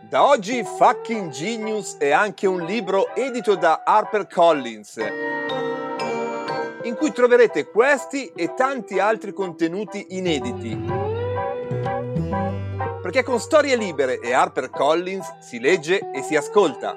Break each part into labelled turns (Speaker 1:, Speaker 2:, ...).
Speaker 1: Da oggi Fucking Genius è anche un libro edito da HarperCollins, in cui troverete questi e tanti altri contenuti inediti. Perché con Storie Libere e HarperCollins si legge e si ascolta.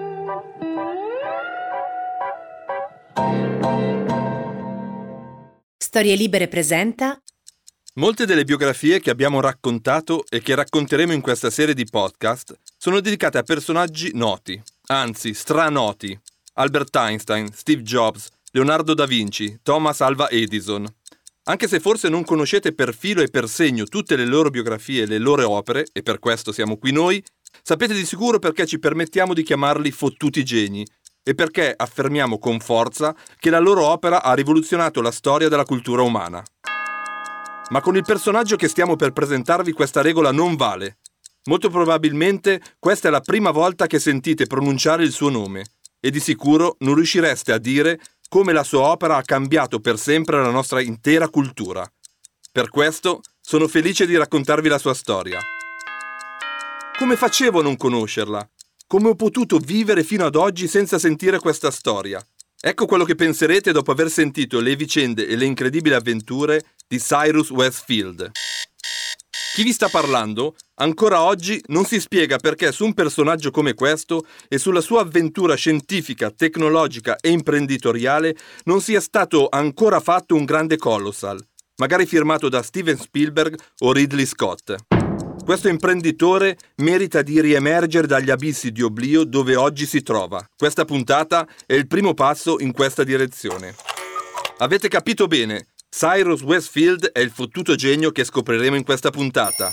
Speaker 2: Storie Libere presenta.
Speaker 3: Molte delle biografie che abbiamo raccontato e che racconteremo in questa serie di podcast sono dedicate a personaggi noti, anzi stranoti. Albert Einstein, Steve Jobs, Leonardo da Vinci, Thomas Alva Edison. Anche se forse non conoscete per filo e per segno tutte le loro biografie e le loro opere, e per questo siamo qui noi, sapete di sicuro perché ci permettiamo di chiamarli fottuti geni e perché affermiamo con forza che la loro opera ha rivoluzionato la storia della cultura umana. Ma con il personaggio che stiamo per presentarvi questa regola non vale. Molto probabilmente questa è la prima volta che sentite pronunciare il suo nome e di sicuro non riuscireste a dire come la sua opera ha cambiato per sempre la nostra intera cultura. Per questo sono felice di raccontarvi la sua storia. Come facevo a non conoscerla? Come ho potuto vivere fino ad oggi senza sentire questa storia? Ecco quello che penserete dopo aver sentito le vicende e le incredibili avventure di Cyrus Westfield. Chi vi sta parlando ancora oggi non si spiega perché su un personaggio come questo e sulla sua avventura scientifica, tecnologica e imprenditoriale non sia stato ancora fatto un grande colossal, magari firmato da Steven Spielberg o Ridley Scott. Questo imprenditore merita di riemergere dagli abissi di oblio dove oggi si trova. Questa puntata è il primo passo in questa direzione. Avete capito bene, Cyrus Westfield è il fottuto genio che scopriremo in questa puntata.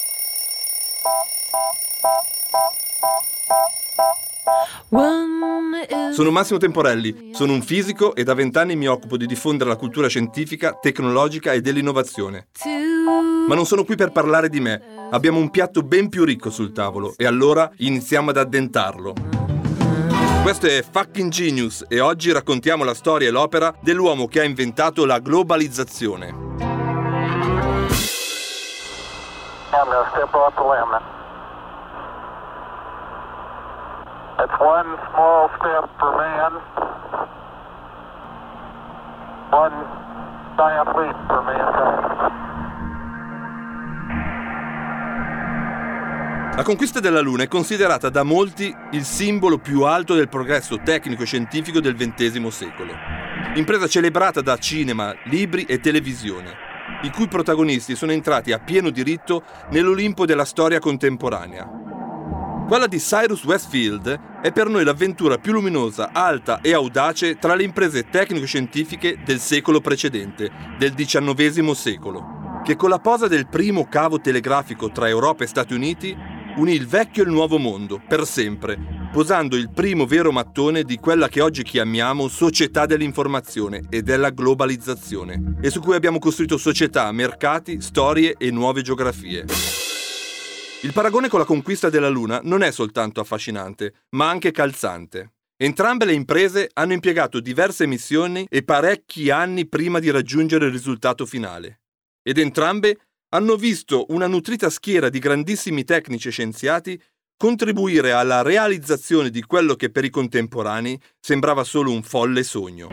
Speaker 3: Sono Massimo Temporelli, sono un fisico e da 20 anni mi occupo di diffondere la cultura scientifica, tecnologica e dell'innovazione. Ma non sono qui per parlare di me. Abbiamo un piatto ben più ricco sul tavolo e allora iniziamo ad addentarlo. Questo è Fucking Genius e oggi raccontiamo la storia e l'opera dell'uomo che ha inventato la globalizzazione.
Speaker 4: That's one small step for man, one giant leap for mankind.
Speaker 3: La conquista della Luna è considerata da molti il simbolo più alto del progresso tecnico-scientifico del XX secolo. Impresa celebrata da cinema, libri e televisione, i cui protagonisti sono entrati a pieno diritto nell'Olimpo della storia contemporanea. Quella di Cyrus Westfield è per noi l'avventura più luminosa, alta e audace tra le imprese tecnico-scientifiche del secolo precedente, del XIX secolo, che con la posa del primo cavo telegrafico tra Europa e Stati Uniti unì il vecchio e il nuovo mondo, per sempre, posando il primo vero mattone di quella che oggi chiamiamo società dell'informazione e della globalizzazione, e su cui abbiamo costruito società, mercati, storie e nuove geografie. Il paragone con la conquista della Luna non è soltanto affascinante, ma anche calzante. Entrambe le imprese hanno impiegato diverse missioni e parecchi anni prima di raggiungere il risultato finale. Ed entrambe hanno visto una nutrita schiera di grandissimi tecnici e scienziati contribuire alla realizzazione di quello che per i contemporanei sembrava solo un folle sogno.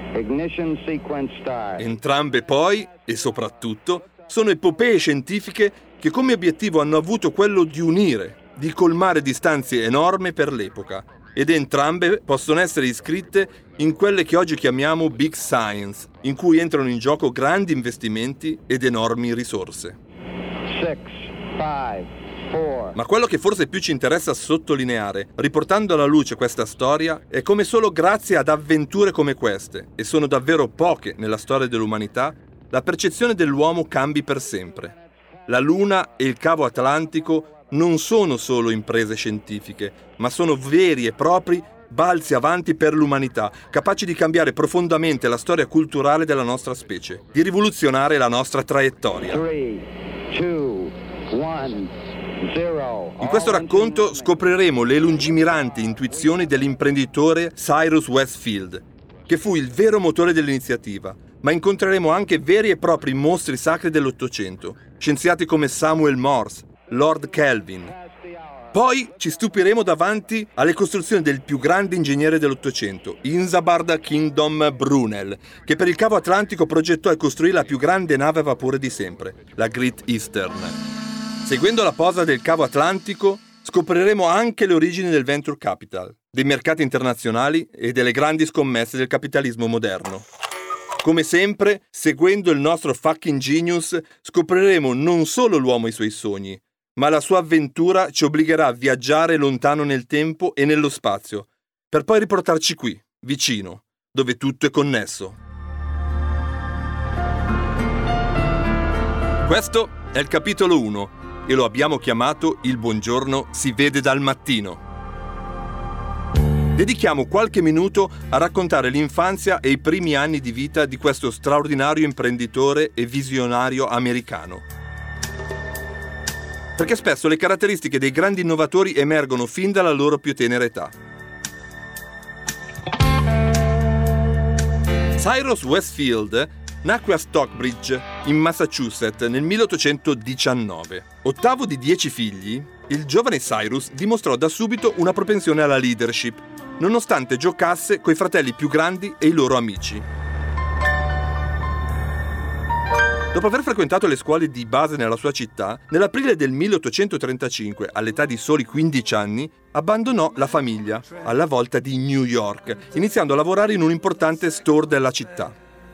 Speaker 3: Entrambe poi, e soprattutto, sono epopee scientifiche che come obiettivo hanno avuto quello di unire, di colmare distanze enormi per l'epoca, ed entrambe possono essere iscritte in quelle che oggi chiamiamo Big Science, in cui entrano in gioco grandi investimenti ed enormi risorse.
Speaker 4: 6, 5, 4.
Speaker 3: Ma quello che forse più ci interessa sottolineare, riportando alla luce questa storia, è come solo grazie ad avventure come queste, e sono davvero poche nella storia dell'umanità, la percezione dell'uomo cambi per sempre. La Luna e il Cavo Atlantico non sono solo imprese scientifiche, ma sono veri e propri balzi avanti per l'umanità, capaci di cambiare profondamente la storia culturale della nostra specie, di rivoluzionare la nostra traiettoria.
Speaker 4: 3, 2, 1, 0.
Speaker 3: In questo racconto scopriremo le lungimiranti intuizioni dell'imprenditore Cyrus Westfield, che fu il vero motore dell'iniziativa, ma incontreremo anche veri e propri mostri sacri dell'Ottocento, scienziati come Samuel Morse, Lord Kelvin. Poi ci stupiremo davanti alle costruzioni del più grande ingegnere dell'Ottocento, Inzabard Kingdom Brunel, che per il Cavo Atlantico progettò e costruì la più grande nave a vapore di sempre, la Great Eastern. Seguendo la posa del Cavo Atlantico, scopriremo anche le origini del venture capital, dei mercati internazionali e delle grandi scommesse del capitalismo moderno. Come sempre, seguendo il nostro fucking genius, scopriremo non solo l'uomo e i suoi sogni, ma la sua avventura ci obbligherà a viaggiare lontano nel tempo e nello spazio, per poi riportarci qui, vicino, dove tutto è connesso. Questo è il capitolo 1 e lo abbiamo chiamato Il buongiorno si vede dal mattino. Dedichiamo qualche minuto a raccontare l'infanzia e i primi anni di vita di questo straordinario imprenditore e visionario americano. Perché spesso le caratteristiche dei grandi innovatori emergono fin dalla loro più tenera età. Cyrus Westfield nacque a Stockbridge, in Massachusetts, nel 1819. Ottavo di 10 figli, il giovane Cyrus dimostrò da subito una propensione alla leadership, nonostante giocasse coi fratelli più grandi e i loro amici. Dopo aver frequentato le scuole di base nella sua città, nell'aprile del 1835, all'età di soli 15 anni, abbandonò la famiglia, alla volta di New York, iniziando a lavorare in un importante store della città.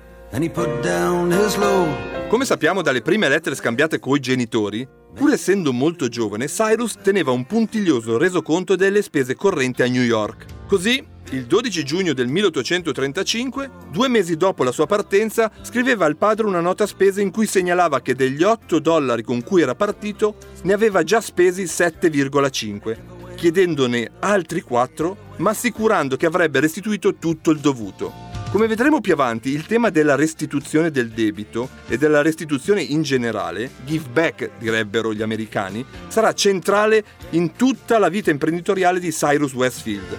Speaker 3: Come sappiamo dalle prime lettere scambiate coi genitori, pur essendo molto giovane, Cyrus teneva un puntiglioso resoconto delle spese correnti a New York. Così, il 12 giugno del 1835, 2 mesi dopo la sua partenza, scriveva al padre una nota spese in cui segnalava che degli $8 con cui era partito, ne aveva già spesi 7,5, chiedendone altri 4, ma assicurando che avrebbe restituito tutto il dovuto. Come vedremo più avanti, il tema della restituzione del debito e della restituzione in generale, give back direbbero gli americani, sarà centrale in tutta la vita imprenditoriale di Cyrus Westfield.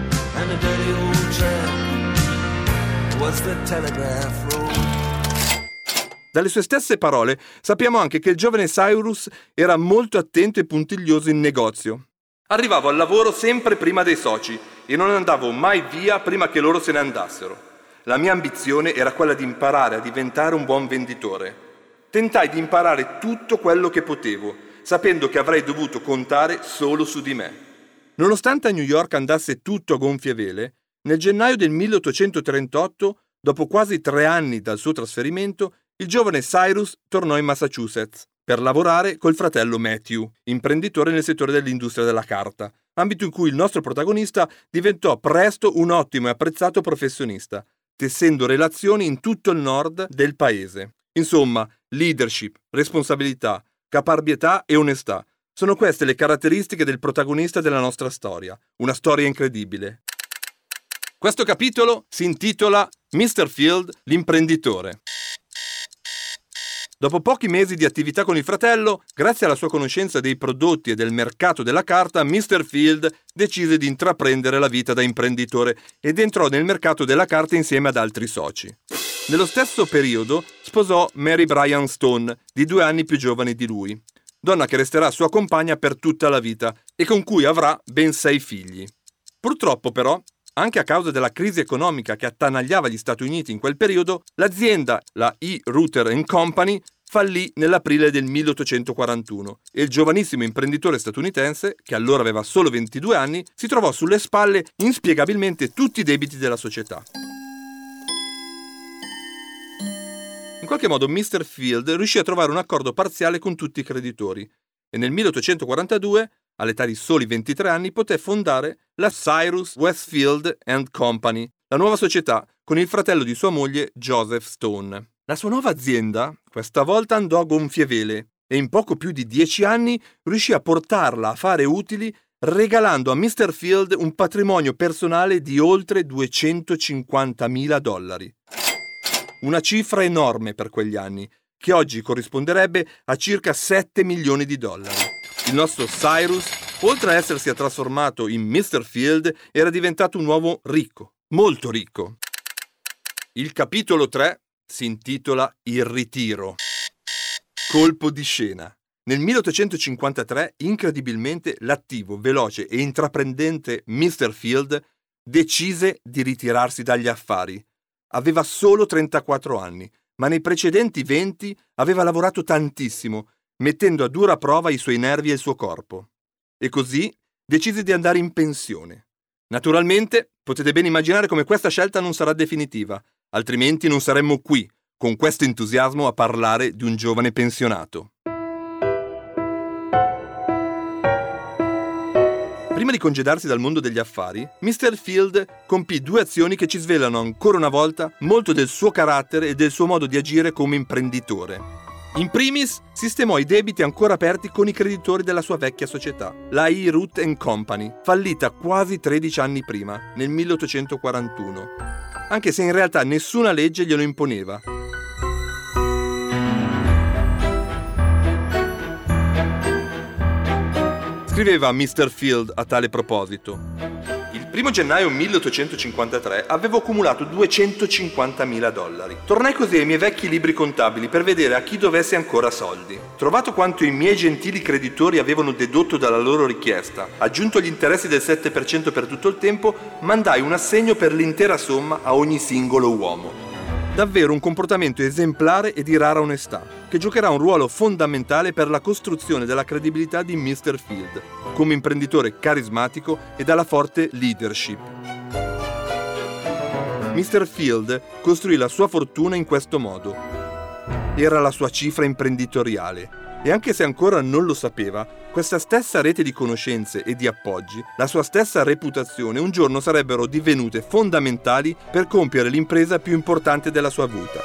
Speaker 3: Dalle sue stesse parole sappiamo anche che il giovane Cyrus era molto attento e puntiglioso in negozio. Arrivavo al lavoro sempre prima dei soci e non andavo mai via prima che loro se ne andassero. La mia ambizione era quella di imparare a diventare un buon venditore. Tentai di imparare tutto quello che potevo, sapendo che avrei dovuto contare solo su di me. Nonostante a New York andasse tutto a gonfie vele, nel gennaio del 1838, dopo quasi 3 anni dal suo trasferimento, il giovane Cyrus tornò in Massachusetts per lavorare col fratello Matthew, imprenditore nel settore dell'industria della carta, ambito in cui il nostro protagonista diventò presto un ottimo e apprezzato professionista, tessendo relazioni in tutto il nord del paese. Insomma, leadership, responsabilità, caparbietà e onestà. Sono queste le caratteristiche del protagonista della nostra storia. Una storia incredibile. Questo capitolo si intitola Mr. Field, l'imprenditore. Dopo pochi mesi di attività con il fratello, grazie alla sua conoscenza dei prodotti e del mercato della carta, Mr. Field decise di intraprendere la vita da imprenditore ed entrò nel mercato della carta insieme ad altri soci. Nello stesso periodo sposò Mary Bryan Stone, di 2 anni più giovane di lui, donna che resterà sua compagna per tutta la vita e con cui avrà ben 6 figli. Purtroppo però, anche a causa della crisi economica che attanagliava gli Stati Uniti in quel periodo, l'azienda, la E. Reuter & Company, fallì nell'aprile del 1841 e il giovanissimo imprenditore statunitense, che allora aveva solo 22 anni, si trovò sulle spalle inspiegabilmente tutti i debiti della società. In qualche modo Mr. Field riuscì a trovare un accordo parziale con tutti i creditori e nel 1842, all'età di soli 23 anni, poté fondare la Cyrus Westfield & Company, la nuova società con il fratello di sua moglie Joseph Stone. La sua nuova azienda questa volta andò a gonfie vele e in poco più di 10 anni riuscì a portarla a fare utili regalando a Mr. Field un patrimonio personale di oltre $250.000. Una cifra enorme per quegli anni, che oggi corrisponderebbe a circa $7 milioni. Il nostro Cyrus, oltre a essersi trasformato in Mr. Field, era diventato un uomo ricco, molto ricco. Il capitolo 3 si intitola Il ritiro. Colpo di scena. Nel 1853, incredibilmente, l'attivo, veloce e intraprendente Mr. Field decise di ritirarsi dagli affari. Aveva solo 34 anni, ma nei precedenti 20 aveva lavorato tantissimo, mettendo a dura prova i suoi nervi e il suo corpo. E così decise di andare in pensione. Naturalmente, potete ben immaginare come questa scelta non sarà definitiva, altrimenti non saremmo qui, con questo entusiasmo, a parlare di un giovane pensionato. Prima di congedarsi dal mondo degli affari, Mr. Field compì 2 azioni che ci svelano ancora una volta molto del suo carattere e del suo modo di agire come imprenditore. In primis, sistemò i debiti ancora aperti con i creditori della sua vecchia società, la E. Root & Company, fallita quasi 13 anni prima, nel 1841, anche se in realtà nessuna legge glielo imponeva. Scriveva Mr. Field a tale proposito: il 1 gennaio 1853 avevo accumulato $250.000. Tornai così ai miei vecchi libri contabili per vedere a chi dovessi ancora soldi. Trovato quanto i miei gentili creditori avevano dedotto dalla loro richiesta, aggiunto gli interessi del 7% per tutto il tempo, mandai un assegno per l'intera somma a ogni singolo uomo. Davvero un comportamento esemplare e di rara onestà, che giocherà un ruolo fondamentale per la costruzione della credibilità di Mr. Field, come imprenditore carismatico e dalla forte leadership. Mr. Field costruì la sua fortuna in questo modo. Era la sua cifra imprenditoriale, e anche se ancora non lo sapeva, questa stessa rete di conoscenze e di appoggi, la sua stessa reputazione, un giorno sarebbero divenute fondamentali per compiere l'impresa più importante della sua vita.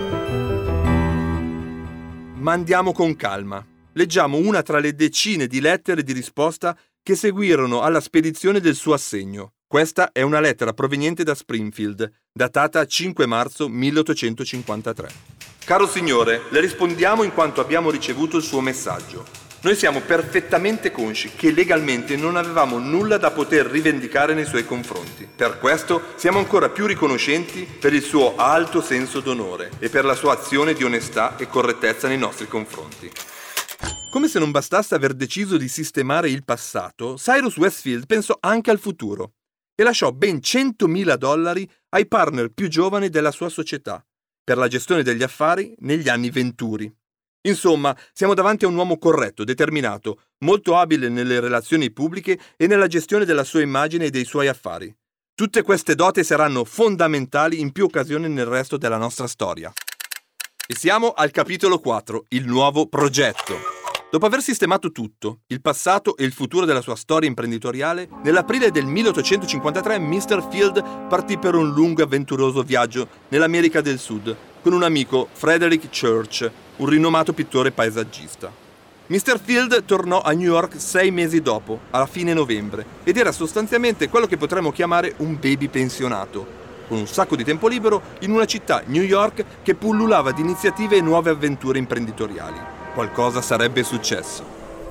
Speaker 3: Ma andiamo con calma. Leggiamo una tra le decine di lettere di risposta che seguirono alla spedizione del suo assegno. Questa è una lettera proveniente da Springfield, datata 5 marzo 1853. Caro signore, le rispondiamo in quanto abbiamo ricevuto il suo messaggio. Noi siamo perfettamente consci che legalmente non avevamo nulla da poter rivendicare nei suoi confronti. Per questo siamo ancora più riconoscenti per il suo alto senso d'onore e per la sua azione di onestà e correttezza nei nostri confronti. Come se non bastasse aver deciso di sistemare il passato, Cyrus Westfield pensò anche al futuro e lasciò ben $100.000 ai partner più giovani della sua società per la gestione degli affari negli anni venturi. Insomma, siamo davanti a un uomo corretto, determinato, molto abile nelle relazioni pubbliche e nella gestione della sua immagine e dei suoi affari. Tutte queste doti saranno fondamentali in più occasioni nel resto della nostra storia. E siamo al capitolo 4, il nuovo progetto. Dopo aver sistemato tutto, il passato e il futuro della sua storia imprenditoriale, nell'aprile del 1853 Mr. Field partì per un lungo e avventuroso viaggio nell'America del Sud con un amico, Frederick Church, un rinomato pittore paesaggista. Mr. Field tornò a New York 6 mesi dopo, alla fine novembre, ed era sostanzialmente quello che potremmo chiamare un baby pensionato, con un sacco di tempo libero in una città, New York, che pullulava di iniziative e nuove avventure imprenditoriali. Qualcosa sarebbe successo.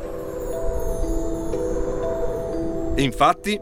Speaker 3: E infatti,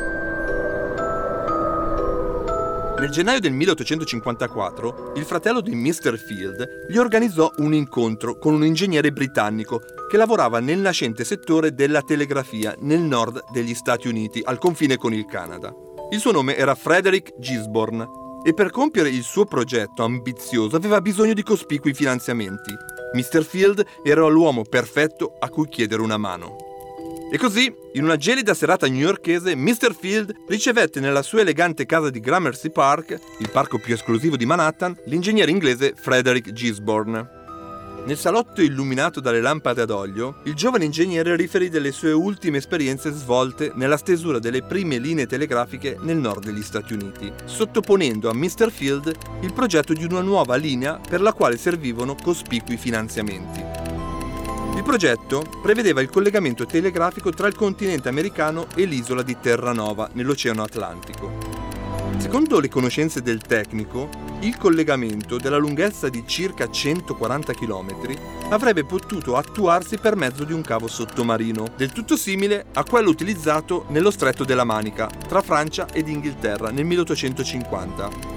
Speaker 3: nel gennaio del 1854, il fratello di Mr. Field gli organizzò un incontro con un ingegnere britannico che lavorava nel nascente settore della telegrafia nel nord degli Stati Uniti, al confine con il Canada. Il suo nome era Frederick Gisborne e per compiere il suo progetto ambizioso aveva bisogno di cospicui finanziamenti. Mr. Field era l'uomo perfetto a cui chiedere una mano. E così, in una gelida serata newyorkese, Mr. Field ricevette nella sua elegante casa di Gramercy Park, il parco più esclusivo di Manhattan, l'ingegnere inglese Frederick Gisborne. Nel salotto illuminato dalle lampade ad olio, il giovane ingegnere riferì delle sue ultime esperienze svolte nella stesura delle prime linee telegrafiche nel nord degli Stati Uniti, sottoponendo a Mr. Field il progetto di una nuova linea per la quale servivano cospicui finanziamenti. Il progetto prevedeva il collegamento telegrafico tra il continente americano e l'isola di Terranova, nell'Oceano Atlantico. Secondo le conoscenze del tecnico, il collegamento, della lunghezza di circa 140 km, avrebbe potuto attuarsi per mezzo di un cavo sottomarino, del tutto simile a quello utilizzato nello Stretto della Manica, tra Francia ed Inghilterra nel 1850.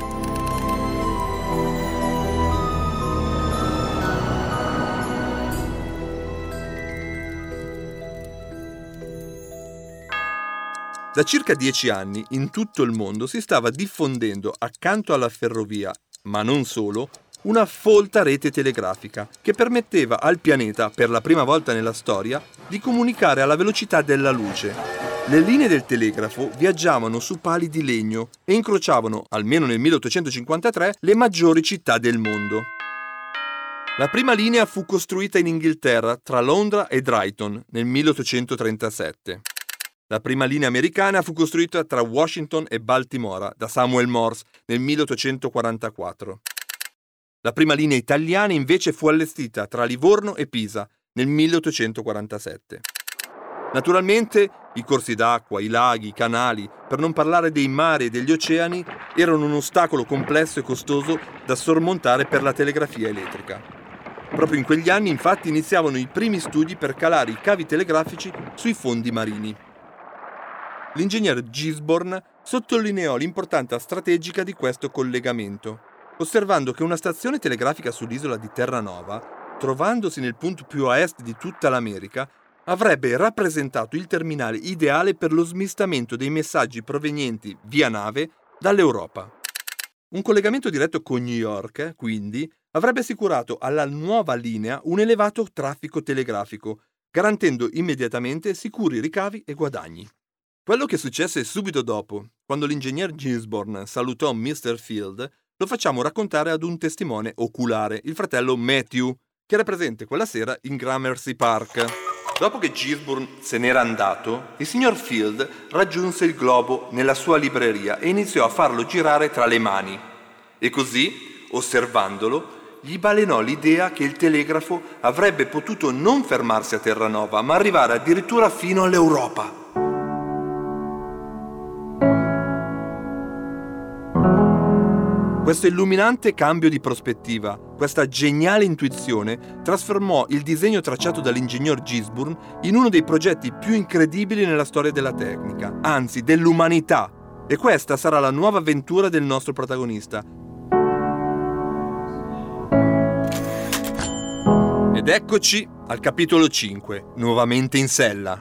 Speaker 3: Da circa 10 anni in tutto il mondo si stava diffondendo accanto alla ferrovia, ma non solo, una folta rete telegrafica che permetteva al pianeta, per la prima volta nella storia, di comunicare alla velocità della luce. Le linee del telegrafo viaggiavano su pali di legno e incrociavano, almeno nel 1853, le maggiori città del mondo. La prima linea fu costruita in Inghilterra tra Londra e Brighton nel 1837. La prima linea americana fu costruita tra Washington e Baltimora da Samuel Morse nel 1844. La prima linea italiana invece fu allestita tra Livorno e Pisa nel 1847. Naturalmente i corsi d'acqua, i laghi, i canali, per non parlare dei mari e degli oceani, erano un ostacolo complesso e costoso da sormontare per la telegrafia elettrica. Proprio in quegli anni infatti iniziavano i primi studi per calare i cavi telegrafici sui fondi marini. L'ingegner Gisborne sottolineò l'importanza strategica di questo collegamento, osservando che una stazione telegrafica sull'isola di Terranova, trovandosi nel punto più a est di tutta l'America, avrebbe rappresentato il terminale ideale per lo smistamento dei messaggi provenienti via nave dall'Europa. Un collegamento diretto con New York, quindi, avrebbe assicurato alla nuova linea un elevato traffico telegrafico, garantendo immediatamente sicuri ricavi e guadagni. Quello che successe subito dopo, quando l'ingegner Gisborne salutò Mr. Field, lo facciamo raccontare ad un testimone oculare, il fratello Matthew, che era presente quella sera in Gramercy Park. Dopo che Gisborne se n'era andato, il signor Field raggiunse il globo nella sua libreria e iniziò a farlo girare tra le mani. E così, osservandolo, gli balenò l'idea che il telegrafo avrebbe potuto non fermarsi a Terranova, ma arrivare addirittura fino all'Europa. Questo illuminante cambio di prospettiva, questa geniale intuizione, trasformò il disegno tracciato dall'ingegner Gisborne in uno dei progetti più incredibili nella storia della tecnica, anzi dell'umanità. E questa sarà la nuova avventura del nostro protagonista. Ed eccoci al capitolo 5, nuovamente in sella.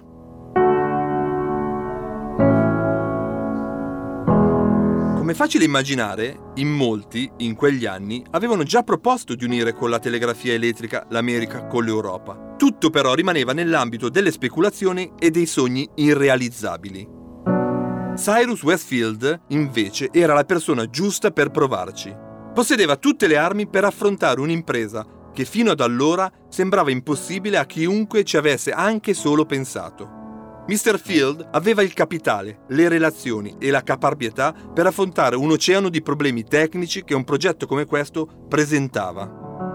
Speaker 3: Come è facile immaginare, in molti, in quegli anni, avevano già proposto di unire con la telegrafia elettrica l'America con l'Europa. Tutto però rimaneva nell'ambito delle speculazioni e dei sogni irrealizzabili. Cyrus Westfield, invece, era la persona giusta per provarci. Possedeva tutte le armi per affrontare un'impresa che fino ad allora sembrava impossibile a chiunque ci avesse anche solo pensato. Mr. Field aveva il capitale, le relazioni e la caparbietà per affrontare un oceano di problemi tecnici che un progetto come questo presentava.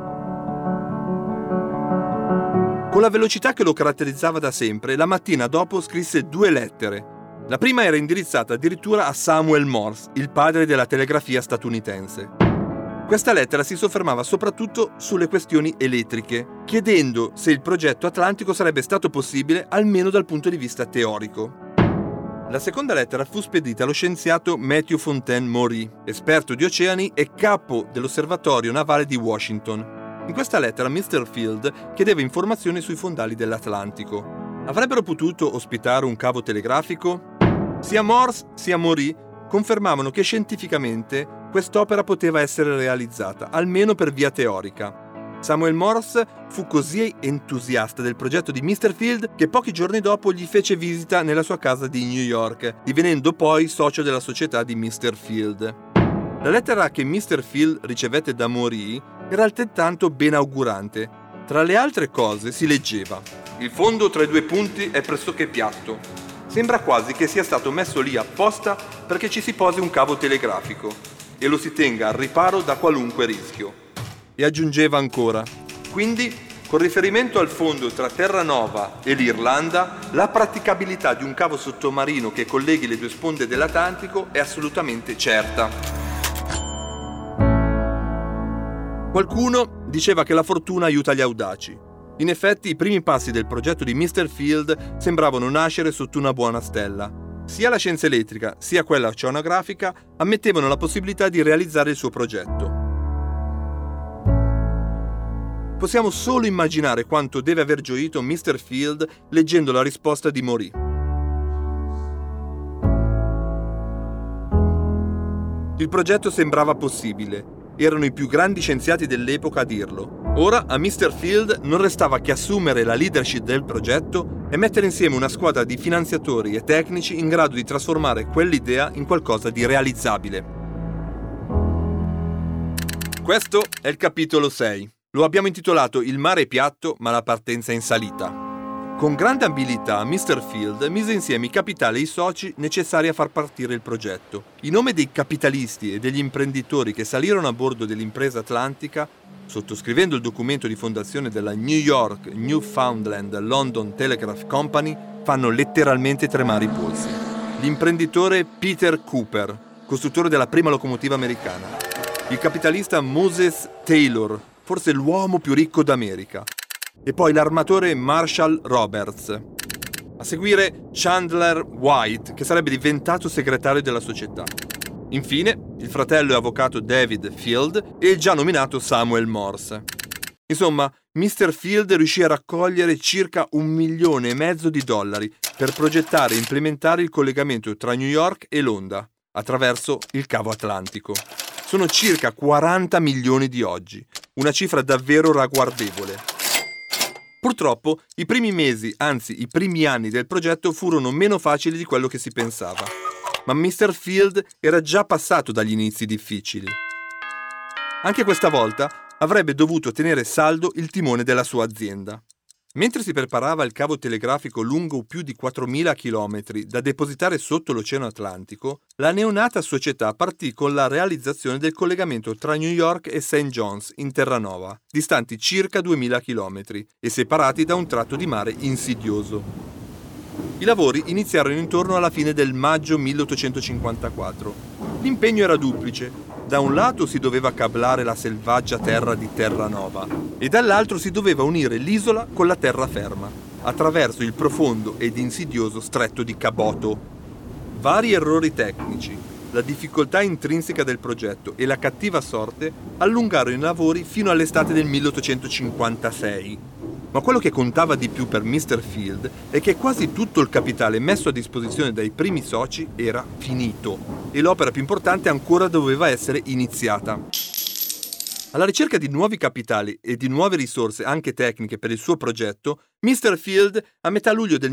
Speaker 3: Con la velocità che lo caratterizzava da sempre, la mattina dopo scrisse 2 lettere. La prima era indirizzata addirittura a Samuel Morse, il padre della telegrafia statunitense. Questa lettera si soffermava soprattutto sulle questioni elettriche, chiedendo se il progetto atlantico sarebbe stato possibile almeno dal punto di vista teorico. La seconda lettera fu spedita allo scienziato Matthew Fontaine Maury, esperto di oceani e capo dell'osservatorio navale di Washington. In questa lettera Mr. Field chiedeva informazioni sui fondali dell'Atlantico. Avrebbero potuto ospitare un cavo telegrafico? Sia Morse sia Maury confermavano che scientificamente quest'opera poteva essere realizzata, almeno per via teorica. Samuel Morse fu così entusiasta del progetto di Mr. Field che pochi giorni dopo gli fece visita nella sua casa di New York, divenendo poi socio della società di Mr. Field. La lettera che Mr. Field ricevette da Maury era altrettanto benaugurante. Tra le altre cose si leggeva: il fondo tra i 2 punti è pressoché piatto. Sembra quasi che sia stato messo lì apposta perché ci si posi un cavo telegrafico e lo si tenga al riparo da qualunque rischio. E aggiungeva ancora: quindi, con riferimento al fondo tra Terranova e l'Irlanda, la praticabilità di un cavo sottomarino che colleghi le 2 sponde dell'Atlantico è assolutamente certa. Qualcuno diceva che la fortuna aiuta gli audaci. In effetti, i primi passi del progetto di Mr. Field sembravano nascere sotto una buona stella. Sia la scienza elettrica, sia quella oceanografica ammettevano la possibilità di realizzare il suo progetto. Possiamo solo immaginare quanto deve aver gioito Mr. Field leggendo la risposta di Maury. Il progetto sembrava possibile. Erano i più grandi scienziati dell'epoca a dirlo. Ora a Mr. Field non restava che assumere la leadership del progetto e mettere insieme una squadra di finanziatori e tecnici in grado di trasformare quell'idea in qualcosa di realizzabile. Questo è il capitolo 6. Lo abbiamo intitolato Il mare è piatto, ma la partenza è in salita. Con grande abilità, Mr. Field mise insieme i capitali e i soci necessari a far partire il progetto. In nome dei capitalisti e degli imprenditori che salirono a bordo dell'impresa atlantica, sottoscrivendo il documento di fondazione della New York Newfoundland London Telegraph Company, fanno letteralmente tremare i polsi. L'imprenditore Peter Cooper, costruttore della prima locomotiva americana. Il capitalista Moses Taylor, forse l'uomo più ricco d'America. E poi l'armatore Marshall Roberts. A seguire Chandler White, che sarebbe diventato segretario della società. Infine, il fratello e avvocato David Field e il già nominato Samuel Morse. Insomma, Mr. Field riuscì a raccogliere circa $1,5 milioni di dollari per progettare e implementare il collegamento tra New York e Londra, attraverso il Cavo Atlantico. Sono circa 40 milioni di oggi, una cifra davvero ragguardevole. Purtroppo, i primi mesi, anzi i primi anni del progetto furono meno facili di quello che si pensava. Ma Mr. Field era già passato dagli inizi difficili. Anche questa volta avrebbe dovuto tenere saldo il timone della sua azienda. Mentre si preparava il cavo telegrafico lungo più di 4.000 chilometri da depositare sotto l'Oceano Atlantico, la neonata società partì con la realizzazione del collegamento tra New York e St. John's in Terranova, distanti circa 2.000 chilometri e separati da un tratto di mare insidioso. I lavori iniziarono intorno alla fine del maggio 1854. L'impegno era duplice. Da un lato si doveva cablare la selvaggia terra di Terranova e dall'altro si doveva unire l'isola con la terraferma, attraverso il profondo ed insidioso stretto di Caboto. Vari errori tecnici, la difficoltà intrinseca del progetto e la cattiva sorte allungarono i lavori fino all'estate del 1856. Ma quello che contava di più per Mr. Field è che quasi tutto il capitale messo a disposizione dai primi soci era finito e l'opera più importante ancora doveva essere iniziata. Alla ricerca di nuovi capitali e di nuove risorse anche tecniche per il suo progetto, Mr. Field a metà luglio del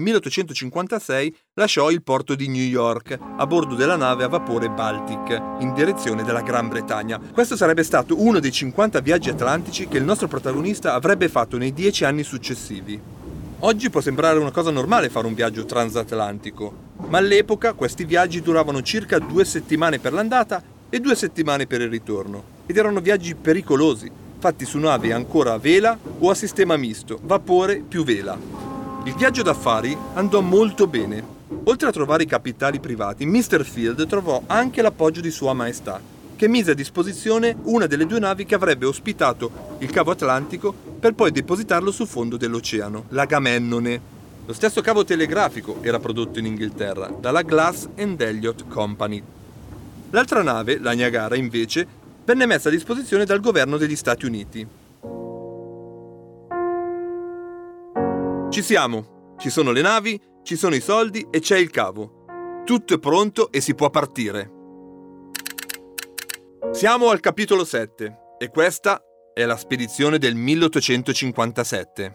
Speaker 3: 1856 lasciò il porto di New York a bordo della nave a vapore Baltic in direzione della Gran Bretagna. Questo sarebbe stato uno dei 50 viaggi atlantici che il nostro protagonista avrebbe fatto nei 10 anni successivi. Oggi può sembrare una cosa normale fare un viaggio transatlantico, ma all'epoca questi viaggi duravano circa 2 settimane per l'andata e 2 settimane per il ritorno. Ed erano viaggi pericolosi, fatti su navi ancora a vela o a sistema misto, vapore più vela. Il viaggio d'affari andò molto bene. Oltre a trovare i capitali privati, Mr. Field trovò anche l'appoggio di Sua Maestà, che mise a disposizione una delle 2 navi che avrebbe ospitato il cavo Atlantico per poi depositarlo sul fondo dell'oceano, l'Agamennone. Lo stesso cavo telegrafico era prodotto in Inghilterra dalla Glass and Elliott Company. L'altra nave, la Niagara, invece, venne messa a disposizione dal governo degli Stati Uniti. Ci siamo, ci sono le navi, ci sono i soldi e c'è il cavo. Tutto è pronto e si può partire. Siamo al capitolo 7 e questa è la spedizione del 1857.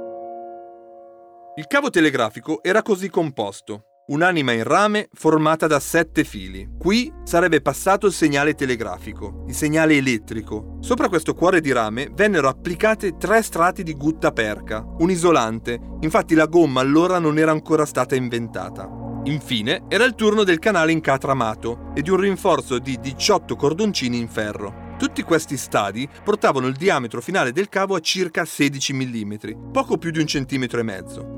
Speaker 3: Il cavo telegrafico era così composto. Un'anima in rame formata da 7 fili. Qui sarebbe passato il segnale telegrafico, il segnale elettrico. Sopra questo cuore di rame vennero applicate 3 strati di gutta perca, un isolante, infatti la gomma allora non era ancora stata inventata. Infine era il turno del canale incatramato e di un rinforzo di 18 cordoncini in ferro. Tutti questi stadi portavano il diametro finale del cavo a circa 16 mm, poco più di 1,5 centimetri.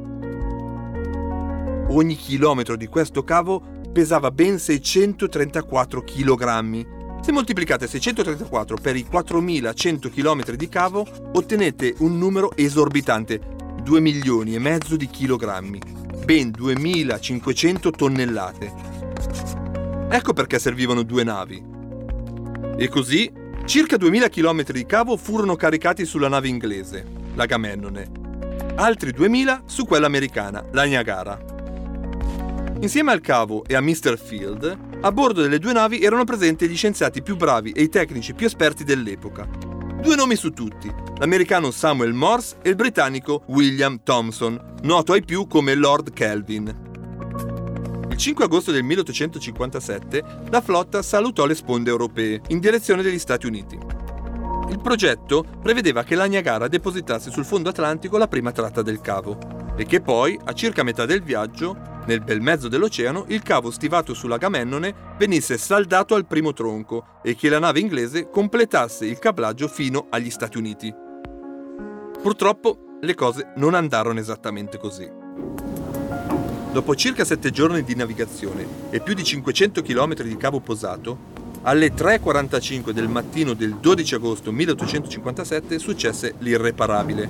Speaker 3: Ogni chilometro di questo cavo pesava ben 634 kg. Se moltiplicate 634 per i 4100 km di cavo, ottenete un numero esorbitante, 2,5 milioni di chilogrammi, ben 2500 tonnellate. Ecco perché servivano 2 navi. E così, circa 2000 km di cavo furono caricati sulla nave inglese, l'Agamennone. Altri 2000 su quella americana, la Niagara. Insieme al cavo e a Mr. Field, a bordo delle due navi erano presenti gli scienziati più bravi e i tecnici più esperti dell'epoca. 2 nomi su tutti, l'americano Samuel Morse e il britannico William Thomson, noto ai più come Lord Kelvin. Il 5 agosto del 1857 la flotta salutò le sponde europee in direzione degli Stati Uniti. Il progetto prevedeva che la Niagara depositasse sul fondo atlantico la prima tratta del cavo e che poi, a circa metà del viaggio, nel bel mezzo dell'oceano, il cavo stivato sull'Agamennone venisse saldato al primo tronco e che la nave inglese completasse il cablaggio fino agli Stati Uniti. Purtroppo le cose non andarono esattamente così. Dopo circa 7 giorni di navigazione e più di 500 km di cavo posato, alle 3:45 del mattino del 12 agosto 1857 successe l'irreparabile.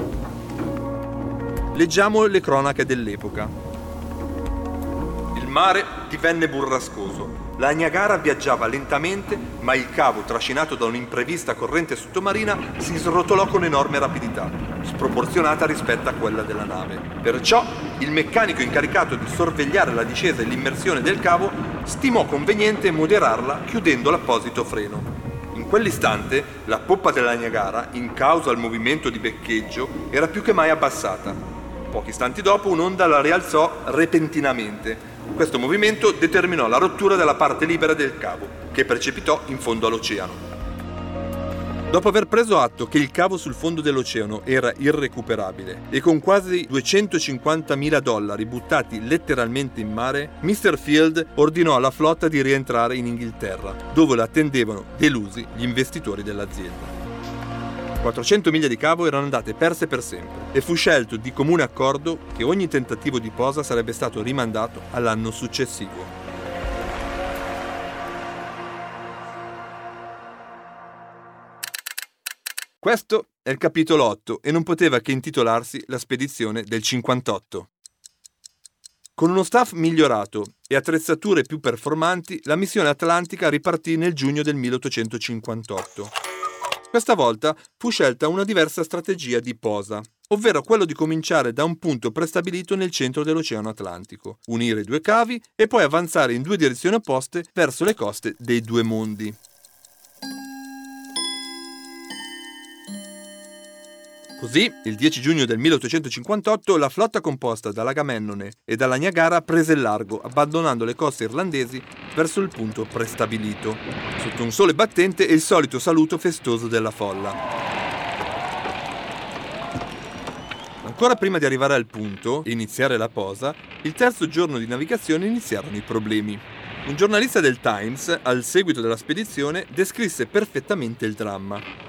Speaker 3: Leggiamo le cronache dell'epoca. Il mare divenne burrascoso. La Niagara viaggiava lentamente, ma il cavo, trascinato da un'imprevista corrente sottomarina, si srotolò con enorme rapidità, sproporzionata rispetto a quella della nave. Perciò il meccanico incaricato di sorvegliare la discesa e l'immersione del cavo stimò conveniente moderarla chiudendo l'apposito freno. In quell'istante la poppa della Niagara, in causa al movimento di beccheggio, era più che mai abbassata. Pochi istanti dopo un'onda la rialzò repentinamente. Questo movimento determinò la rottura della parte libera del cavo, che precipitò in fondo all'oceano. Dopo aver preso atto che il cavo sul fondo dell'oceano era irrecuperabile e con quasi $250.000 buttati letteralmente in mare, Mr. Field ordinò alla flotta di rientrare in Inghilterra, dove la attendevano delusi gli investitori dell'azienda. 400 miglia di cavo erano andate perse per sempre e fu scelto di comune accordo che ogni tentativo di posa sarebbe stato rimandato all'anno successivo. Questo è il capitolo 8 e non poteva che intitolarsi La spedizione del 58. Con uno staff migliorato e attrezzature più performanti, la missione atlantica ripartì nel giugno del 1858. Questa volta fu scelta una diversa strategia di posa, ovvero quello di cominciare da un punto prestabilito nel centro dell'Oceano Atlantico, unire i 2 cavi e poi avanzare in 2 direzioni opposte verso le coste dei 2 mondi. Così, il 10 giugno del 1858, la flotta composta dall'Agamennone e dalla Niagara prese il largo, abbandonando le coste irlandesi verso il punto prestabilito, sotto un sole battente e il solito saluto festoso della folla. Ancora prima di arrivare al punto e iniziare la posa, il terzo giorno di navigazione iniziarono i problemi. Un giornalista del Times, al seguito della spedizione, descrisse perfettamente il dramma.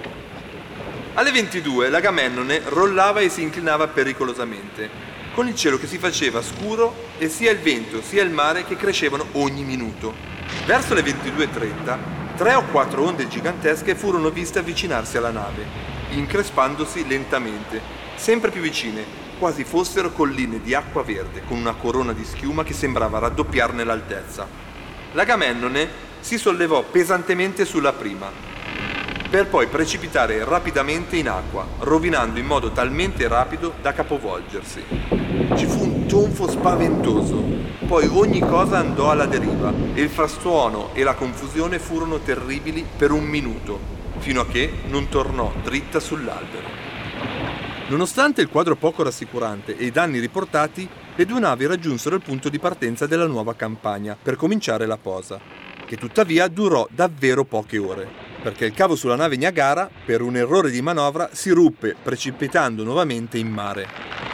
Speaker 3: Alle 22 l'Agamennone rollava e si inclinava pericolosamente, con il cielo che si faceva scuro e sia il vento sia il mare che crescevano ogni minuto. Verso le 22:30, 3 o 4 onde gigantesche furono viste avvicinarsi alla nave, increspandosi lentamente, sempre più vicine, quasi fossero colline di acqua verde con una corona di schiuma che sembrava raddoppiarne l'altezza. L'Agamennone si sollevò pesantemente sulla prima, per poi precipitare rapidamente in acqua, rovinando in modo talmente rapido da capovolgersi. Ci fu un tonfo spaventoso, poi ogni cosa andò alla deriva e il frastuono e la confusione furono terribili per un minuto, fino a che non tornò dritta sull'albero. Nonostante il quadro poco rassicurante e i danni riportati, le 2 navi raggiunsero il punto di partenza della nuova campagna per cominciare la posa, che tuttavia durò davvero poche ore, perché il cavo sulla nave Niagara, per un errore di manovra, si ruppe precipitando nuovamente in mare.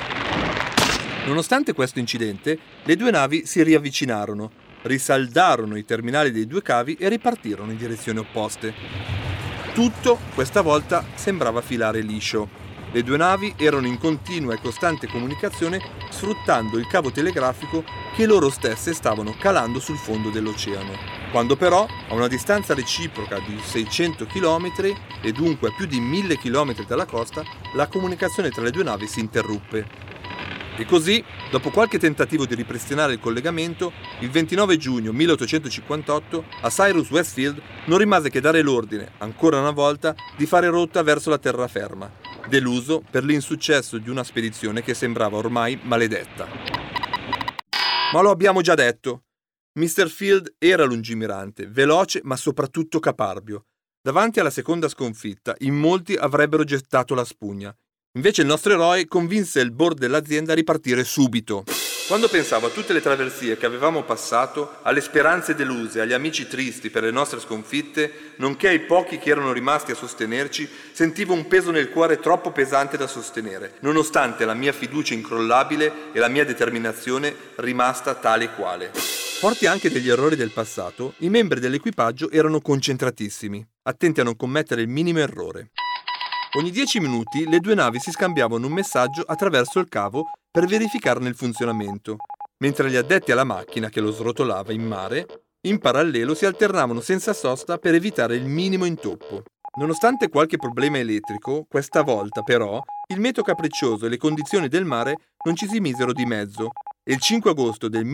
Speaker 3: Nonostante questo incidente, le 2 navi si riavvicinarono, risaldarono i terminali dei 2 cavi e ripartirono in direzioni opposte. Tutto, questa volta, sembrava filare liscio. Le 2 navi erano in continua e costante comunicazione sfruttando il cavo telegrafico che loro stesse stavano calando sul fondo dell'oceano. Quando però, a una distanza reciproca di 600 km e dunque a più di 1000 km dalla costa, la comunicazione tra le 2 navi si interruppe. E così, dopo qualche tentativo di ripristinare il collegamento, il 29 giugno 1858 a Cyrus Westfield non rimase che dare l'ordine, ancora una volta, di fare rotta verso la terraferma, deluso per l'insuccesso di una spedizione che sembrava ormai maledetta. Ma lo abbiamo già detto. Mr. Field era lungimirante, veloce ma soprattutto caparbio. Davanti alla seconda sconfitta, in molti avrebbero gettato la spugna. Invece il nostro eroe convinse il board dell'azienda a ripartire subito. Quando pensavo a tutte le traversie che avevamo passato, alle speranze deluse, agli amici tristi per le nostre sconfitte, nonché ai pochi che erano rimasti a sostenerci, sentivo un peso nel cuore troppo pesante da sostenere, nonostante la mia fiducia incrollabile e la mia determinazione rimasta tale e quale. Forti anche degli errori del passato, i membri dell'equipaggio erano concentratissimi, attenti a non commettere il minimo errore. Ogni 10 minuti le due navi si scambiavano un messaggio attraverso il cavo per verificarne il funzionamento, mentre gli addetti alla macchina che lo srotolava in mare, in parallelo si alternavano senza sosta per evitare il minimo intoppo. Nonostante qualche problema elettrico, questa volta però, il meteo capriccioso e le condizioni del mare non ci si misero di mezzo, e il 5 agosto del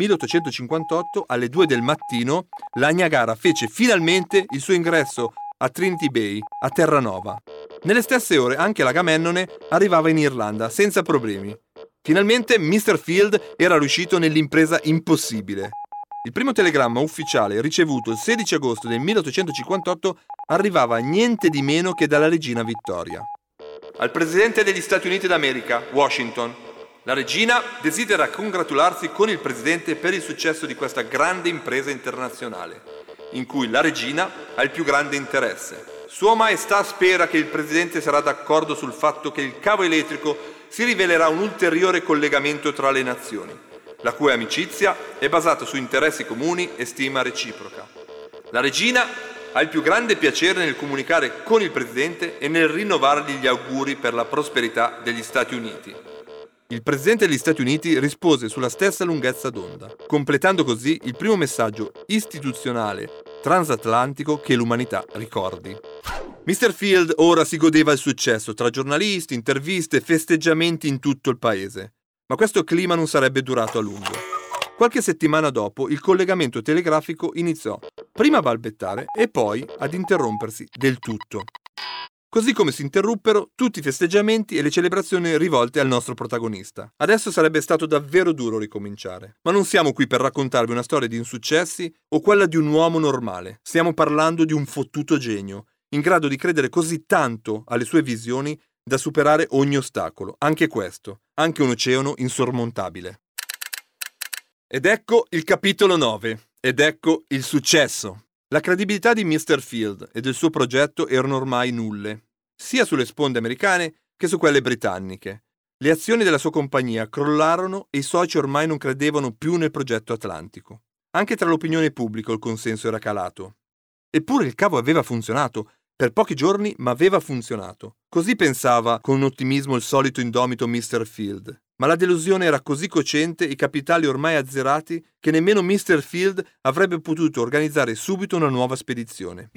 Speaker 3: 1858 alle 2 del mattino la Niagara fece finalmente il suo ingresso a Trinity Bay, a Terranova. Nelle stesse ore anche l'Agamennone arrivava in Irlanda senza problemi. Finalmente Mr. Field era riuscito nell'impresa impossibile. Il primo telegramma ufficiale ricevuto il 16 agosto del 1858 arrivava niente di meno che dalla regina Vittoria. Al presidente degli Stati Uniti d'America, Washington, la regina desidera congratularsi con il presidente per il successo di questa grande impresa internazionale, in cui la regina ha il più grande interesse. Sua Maestà spera che il Presidente sarà d'accordo sul fatto che il cavo elettrico si rivelerà un ulteriore collegamento tra le nazioni, la cui amicizia è basata su interessi comuni e stima reciproca. La regina ha il più grande piacere nel comunicare con il Presidente e nel rinnovargli gli auguri per la prosperità degli Stati Uniti. Il Presidente degli Stati Uniti rispose sulla stessa lunghezza d'onda, completando così il primo messaggio istituzionale transatlantico che l'umanità ricordi. Mr. Field ora si godeva il successo tra giornalisti, interviste e festeggiamenti in tutto il paese. Ma questo clima non sarebbe durato a lungo. Qualche settimana dopo il collegamento telegrafico iniziò prima a balbettare e poi ad interrompersi del tutto. Così come si interruppero tutti i festeggiamenti e le celebrazioni rivolte al nostro protagonista. Adesso sarebbe stato davvero duro ricominciare. Ma non siamo qui per raccontarvi una storia di insuccessi o quella di un uomo normale. Stiamo parlando di un fottuto genio, in grado di credere così tanto alle sue visioni da superare ogni ostacolo, anche questo, anche un oceano insormontabile. Ed ecco il capitolo 9, ed ecco il successo. La credibilità di Mr. Field e del suo progetto erano ormai nulle, sia sulle sponde americane che su quelle britanniche. Le azioni della sua compagnia crollarono e i soci ormai non credevano più nel progetto atlantico. Anche tra l'opinione pubblica il consenso era calato. Eppure il cavo aveva funzionato, per pochi giorni, ma aveva funzionato. Così pensava con ottimismo il solito indomito Mr. Field. Ma la delusione era così cocente e i capitali ormai azzerati che nemmeno Mr. Field avrebbe potuto organizzare subito una nuova spedizione.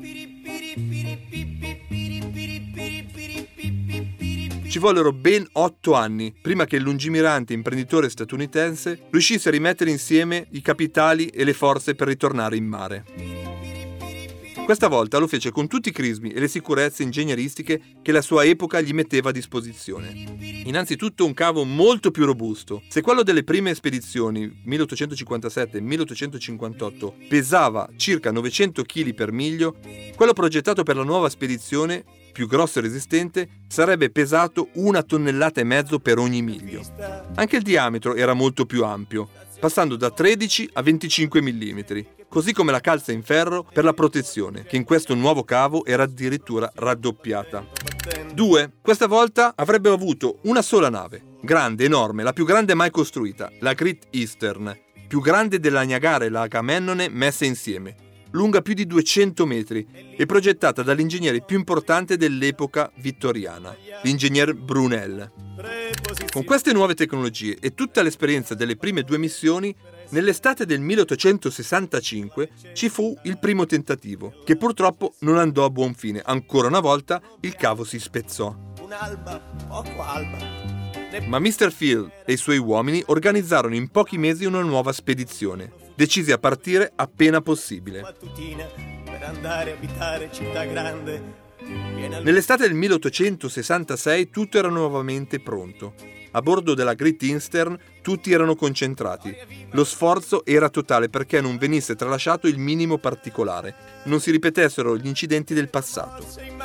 Speaker 3: Ci vollero ben 8 anni prima che il lungimirante imprenditore statunitense riuscisse a rimettere insieme i capitali e le forze per ritornare in mare. Questa volta lo fece con tutti i crismi e le sicurezze ingegneristiche che la sua epoca gli metteva a disposizione. Innanzitutto un cavo molto più robusto. Se quello delle prime spedizioni, 1857 e 1858, pesava circa 900 kg per miglio, quello progettato per la nuova spedizione, più grosso e resistente, sarebbe pesato 1,5 tonnellate per ogni miglio. Anche il diametro era molto più ampio, passando da 13 a 25 mm, così come la calza in ferro per la protezione, che in questo nuovo cavo era addirittura raddoppiata. 2. Questa volta avrebbero avuto una sola nave, grande, enorme, la più grande mai costruita, la Great Eastern, più grande della Niagara e la Agamennone messe insieme, lunga più di 200 metri e progettata dall'ingegnere più importante dell'epoca vittoriana, l'ingegner Brunel. Con queste nuove tecnologie e tutta l'esperienza delle prime 2 missioni, nell'estate del 1865 ci fu il primo tentativo, che purtroppo non andò a buon fine. Ancora una volta il cavo si spezzò. Ma Mr. Field e i suoi uomini organizzarono in pochi mesi una nuova spedizione, decisi a partire appena possibile. Nell'estate del 1866 tutto era nuovamente pronto. A bordo della Great Eastern tutti erano concentrati. Lo sforzo era totale perché non venisse tralasciato il minimo particolare, non si ripetessero gli incidenti del passato.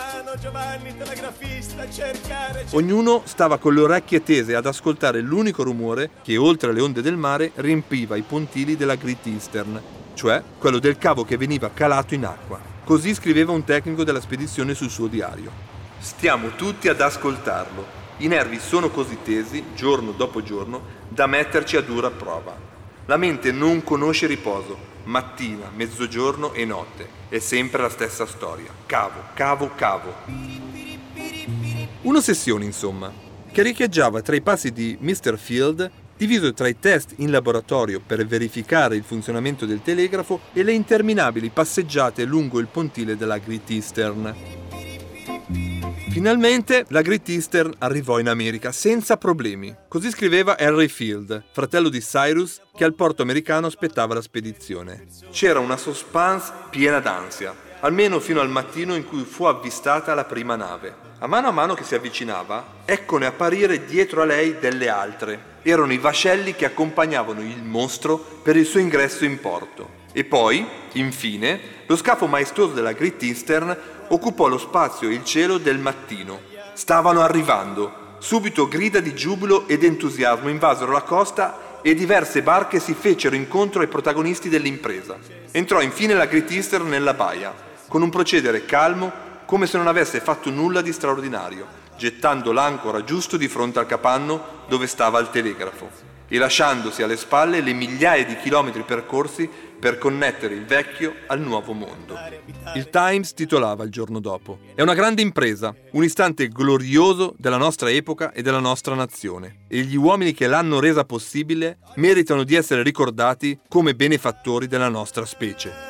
Speaker 3: Ognuno stava con le orecchie tese ad ascoltare l'unico rumore che, oltre alle onde del mare, riempiva i pontili della Great Eastern, cioè quello del cavo che veniva calato in acqua. Così scriveva un tecnico della spedizione sul suo diario. Stiamo tutti ad ascoltarlo. I nervi sono così tesi, giorno dopo giorno, da metterci a dura prova. La mente non conosce riposo. Mattina, mezzogiorno e notte. È sempre la stessa storia. Cavo, cavo, cavo. Un'ossessione, insomma, che riecheggiava tra i passi di Mr. Field, diviso tra i test in laboratorio per verificare il funzionamento del telegrafo e le interminabili passeggiate lungo il pontile della Great Eastern. Finalmente la Great Eastern arrivò in America senza problemi. Così scriveva Henry Field, fratello di Cyrus, che al porto americano aspettava la spedizione. C'era una suspense piena d'ansia, almeno fino al mattino in cui fu avvistata la prima nave. A mano che si avvicinava, eccone apparire dietro a lei delle altre. Erano i vascelli che accompagnavano il mostro per il suo ingresso in porto. E poi, infine, lo scafo maestoso della Great Eastern occupò lo spazio e il cielo del mattino. Stavano arrivando. Subito grida di giubilo ed entusiasmo invasero la costa e diverse barche si fecero incontro ai protagonisti dell'impresa. Entrò infine la Great Eastern nella baia, con un procedere calmo, come se non avesse fatto nulla di straordinario, gettando l'ancora giusto di fronte al capanno dove stava il telegrafo e lasciandosi alle spalle le migliaia di chilometri percorsi per connettere il vecchio al nuovo mondo. Il Times titolava il giorno dopo: «È una grande impresa, un istante glorioso della nostra epoca e della nostra nazione, e gli uomini che l'hanno resa possibile meritano di essere ricordati come benefattori della nostra specie».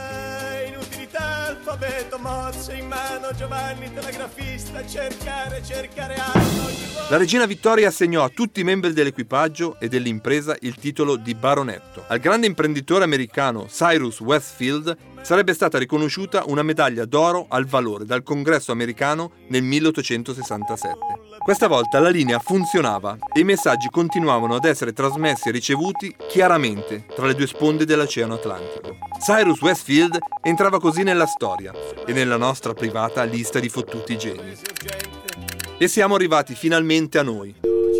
Speaker 3: La regina Vittoria assegnò a tutti i membri dell'equipaggio e dell'impresa il titolo di baronetto. Al grande imprenditore americano Cyrus Westfield sarebbe stata riconosciuta una medaglia d'oro al valore dal Congresso americano nel 1867. Questa volta la linea funzionava e i messaggi continuavano ad essere trasmessi e ricevuti chiaramente tra le due sponde dell'Oceano Atlantico. Cyrus Westfield entrava così nella storia e nella nostra privata lista di fottuti geni. E siamo arrivati finalmente a noi.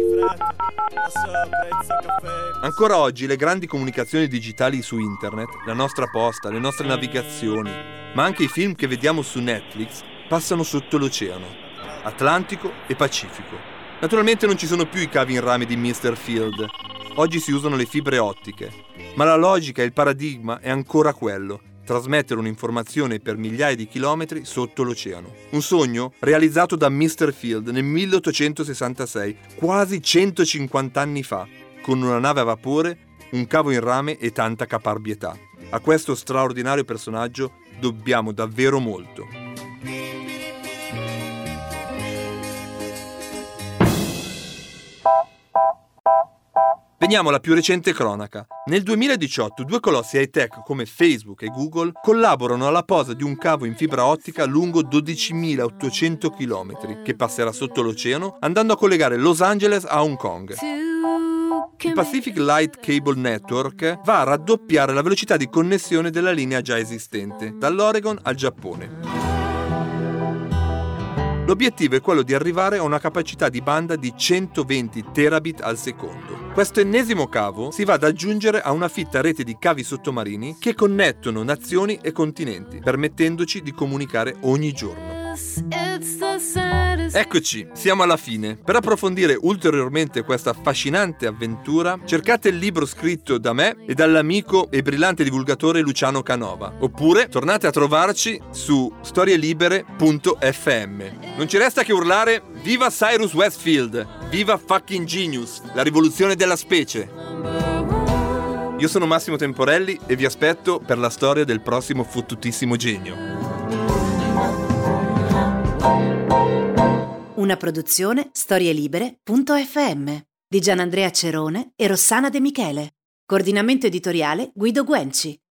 Speaker 3: Ancora oggi le grandi comunicazioni digitali su internet, la nostra posta, le nostre navigazioni, ma anche i film che vediamo su Netflix passano sotto l'oceano, Atlantico e Pacifico. Naturalmente non ci sono più i cavi in rame di Mr. Field. Oggi si usano le fibre ottiche, ma la logica e il paradigma è ancora quello: trasmettere un'informazione per migliaia di chilometri sotto l'oceano. Un sogno realizzato da Mr. Field nel 1866, quasi 150 anni fa, con una nave a vapore, un cavo in rame e tanta caparbietà. A questo straordinario personaggio dobbiamo davvero molto. Veniamo alla più recente cronaca. Nel 2018 due colossi high-tech come Facebook e Google collaborano alla posa di un cavo in fibra ottica lungo 12.800 km che passerà sotto l'oceano andando a collegare Los Angeles a Hong Kong. Il Pacific Light Cable Network va a raddoppiare la velocità di connessione della linea già esistente, dall'Oregon al Giappone. L'obiettivo è quello di arrivare a una capacità di banda di 120 terabit al secondo. Questo ennesimo cavo si va ad aggiungere a una fitta rete di cavi sottomarini che connettono nazioni e continenti, permettendoci di comunicare ogni giorno. Eccoci, siamo alla fine. Per approfondire ulteriormente questa affascinante avventura, cercate il libro scritto da me e dall'amico e brillante divulgatore Luciano Canova. Oppure tornate a trovarci su storielibere.fm. Non ci resta che urlare: viva Cyrus Westfield! Viva fucking Genius! La rivoluzione della specie! Io sono Massimo Temporelli e vi aspetto per la storia del prossimo fottutissimo genio.
Speaker 2: Una produzione storielibere.fm di Gianandrea Cerone e Rossana De Michele. Coordinamento editoriale Guido Guenci.